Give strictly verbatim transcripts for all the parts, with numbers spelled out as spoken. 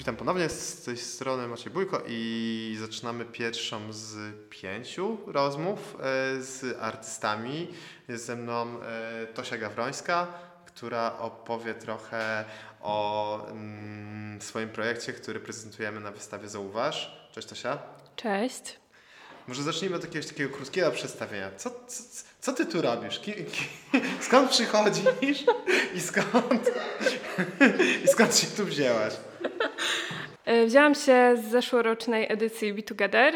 Witam ponownie z tej strony Maciej Bójko i zaczynamy pierwszą z pięciu rozmów z artystami. Jest ze mną Tosia Gawrońska, która opowie trochę o mm, swoim projekcie, który prezentujemy na wystawie Zauważ. Cześć Tosia. Cześć. Może zacznijmy od jakiegoś takiego krótkiego przedstawienia. Co, co, co ty tu robisz? Ki, ki, skąd przychodzisz i skąd, i skąd się tu wzięłaś? Wzięłam się z zeszłorocznej edycji Be Together.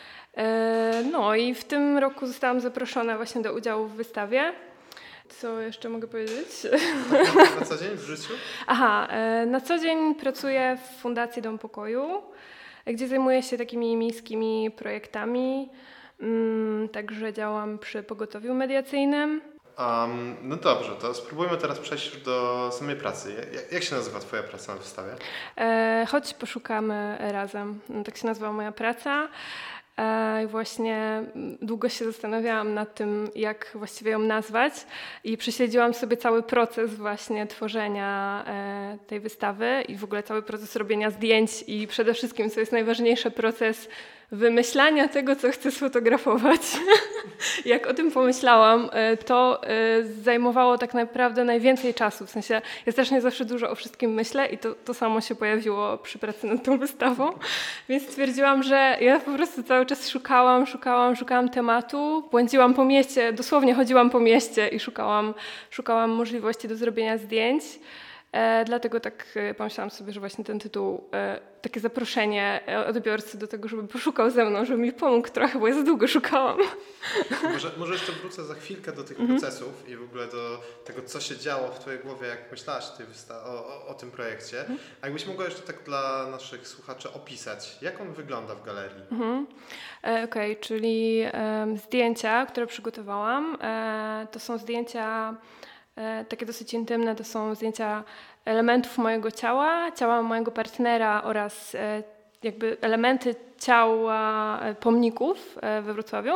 No i w tym roku zostałam zaproszona właśnie do udziału w wystawie. Co jeszcze mogę powiedzieć? Tak, na co dzień w życiu? Aha, na co dzień pracuję w Fundacji Dom Pokoju, gdzie zajmuję się takimi miejskimi projektami. Także działam przy pogotowiu mediacyjnym. Um, no dobrze, to spróbujmy teraz przejść już do samej pracy. Jak, jak się nazywa twoja praca na wystawie? E, chodź poszukamy razem. Tak się nazywa moja praca. I właśnie długo się zastanawiałam nad tym, jak właściwie ją nazwać i prześledziłam sobie cały proces właśnie tworzenia tej wystawy i w ogóle cały proces robienia zdjęć i przede wszystkim, co jest najważniejsze, proces wymyślania tego, co chcę sfotografować. Jak o tym pomyślałam, to zajmowało tak naprawdę najwięcej czasu. W sensie ja strasznie zawsze dużo o wszystkim myślę i to, to samo się pojawiło przy pracy nad tą wystawą. Więc stwierdziłam, że ja po prostu cały czas szukałam, szukałam, szukałam tematu. Błądziłam po mieście, dosłownie chodziłam po mieście i szukałam, szukałam możliwości do zrobienia zdjęć. E, dlatego tak e, pomyślałam sobie, że właśnie ten tytuł, e, takie zaproszenie odbiorcy do tego, żeby poszukał ze mną, żeby mi pomógł trochę, bo ja za długo szukałam. Może, może jeszcze wrócę za chwilkę do tych mm-hmm. procesów i w ogóle do tego, co się działo w twojej głowie, jak myślałaś tej wysta- o, o, o tym projekcie. Mm-hmm. A jakbyś mogła jeszcze tak dla naszych słuchaczy opisać, jak on wygląda w galerii? Mm-hmm. E, Okej, okay, czyli e, zdjęcia, które przygotowałam, e, to są zdjęcia E, takie dosyć intymne, to są zdjęcia elementów mojego ciała, ciała mojego partnera oraz e, jakby elementy ciała e, pomników e, we Wrocławiu.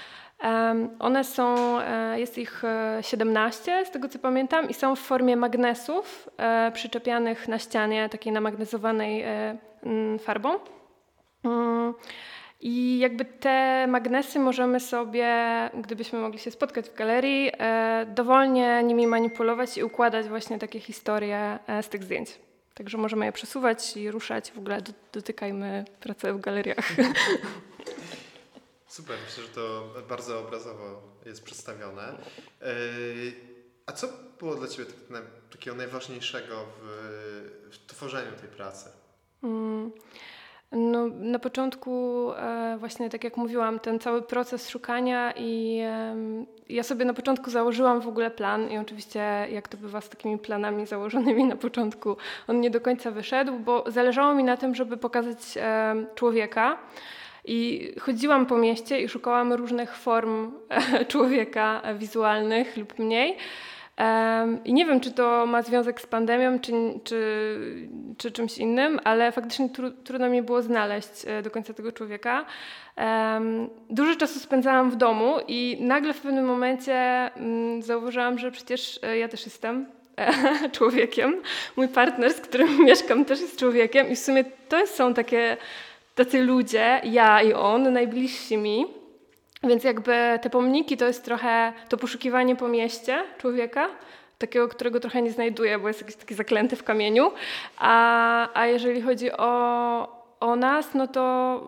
E, one są, e, jest ich siedemnaście z tego co pamiętam i są w formie magnesów e, przyczepianych na ścianie, takiej namagnezowanej e, m, farbą. Mm. I jakby te magnesy możemy sobie, gdybyśmy mogli się spotkać w galerii, e, dowolnie nimi manipulować i układać właśnie takie historie e, z tych zdjęć. Także możemy je przesuwać i ruszać. W ogóle do, dotykajmy pracy w galeriach. Super, myślę, że to bardzo obrazowo jest przedstawione. Yy, a co było dla ciebie tak, na, takiego najważniejszego w, w tworzeniu tej pracy? Mm. No, na początku e, właśnie tak jak mówiłam, ten cały proces szukania i e, ja sobie na początku założyłam w ogóle plan i oczywiście jak to bywa z takimi planami założonymi na początku, on nie do końca wyszedł, bo zależało mi na tym, żeby pokazać e, człowieka i chodziłam po mieście i szukałam różnych form e, człowieka e, wizualnych lub mniej. Um, I nie wiem, czy to ma związek z pandemią, czy, czy, czy czymś innym, ale faktycznie tru, trudno mi było znaleźć e, do końca tego człowieka. Um, dużo czasu spędzałam w domu i nagle w pewnym momencie um, zauważyłam, że przecież e, ja też jestem e, człowiekiem. Mój partner, z którym mieszkam, też jest człowiekiem i w sumie to są takie, tacy ludzie, ja i on, najbliżsi mi. Więc jakby te pomniki to jest trochę to poszukiwanie po mieście człowieka, takiego, którego trochę nie znajduję, bo jest jakiś taki zaklęty w kamieniu. A, a jeżeli chodzi o, o nas, no to,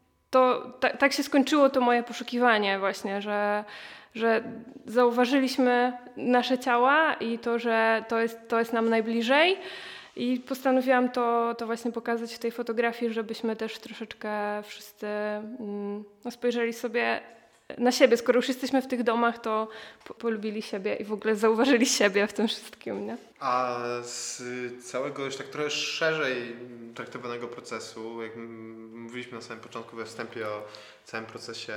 to ta, tak się skończyło to moje poszukiwanie właśnie, że, że zauważyliśmy nasze ciała i to, że to jest, to jest nam najbliżej. I postanowiłam to, to właśnie pokazać w tej fotografii, żebyśmy też troszeczkę wszyscy no, spojrzeli sobie na siebie. Skoro już jesteśmy w tych domach, to po, polubili siebie i w ogóle zauważyli siebie w tym wszystkim, nie? A z całego już tak trochę szerzej traktowanego procesu, jak mówiliśmy na samym początku we wstępie o całym procesie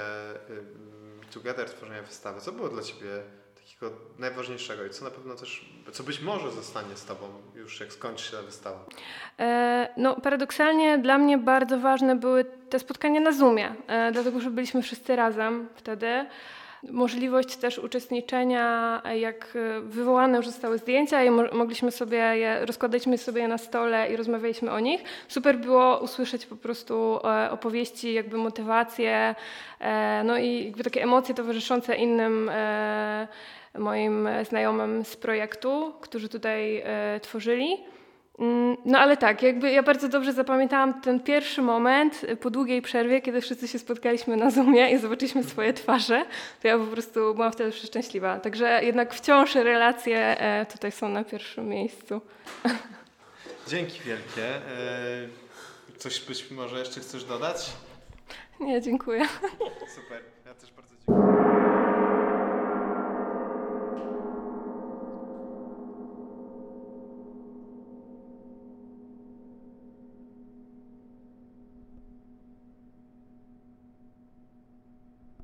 Be Together, tworzenia wystawy, co było dla ciebie takiego najważniejszego i co na pewno też, co być może zostanie z tobą już jak skończy się ta wystawa? E, no paradoksalnie dla mnie bardzo ważne były te spotkania na Zoomie, e, dlatego że byliśmy wszyscy razem wtedy możliwość też uczestniczenia, jak wywołane już zostały zdjęcia i mo- mogliśmy sobie je, rozkładaliśmy sobie je na stole i rozmawialiśmy o nich. Super było usłyszeć po prostu e, opowieści, jakby motywacje, e, no i jakby takie emocje towarzyszące innym e, moim znajomym z projektu, którzy tutaj e, tworzyli. No ale tak, jakby ja bardzo dobrze zapamiętałam ten pierwszy moment po długiej przerwie, kiedy wszyscy się spotkaliśmy na Zoomie i zobaczyliśmy swoje twarze, to ja po prostu byłam wtedy przeszczęśliwa. Także jednak wciąż relacje e, tutaj są na pierwszym miejscu. Dzięki wielkie. E, Coś być może jeszcze chcesz dodać? Nie, dziękuję. Super, ja też bardzo dziękuję.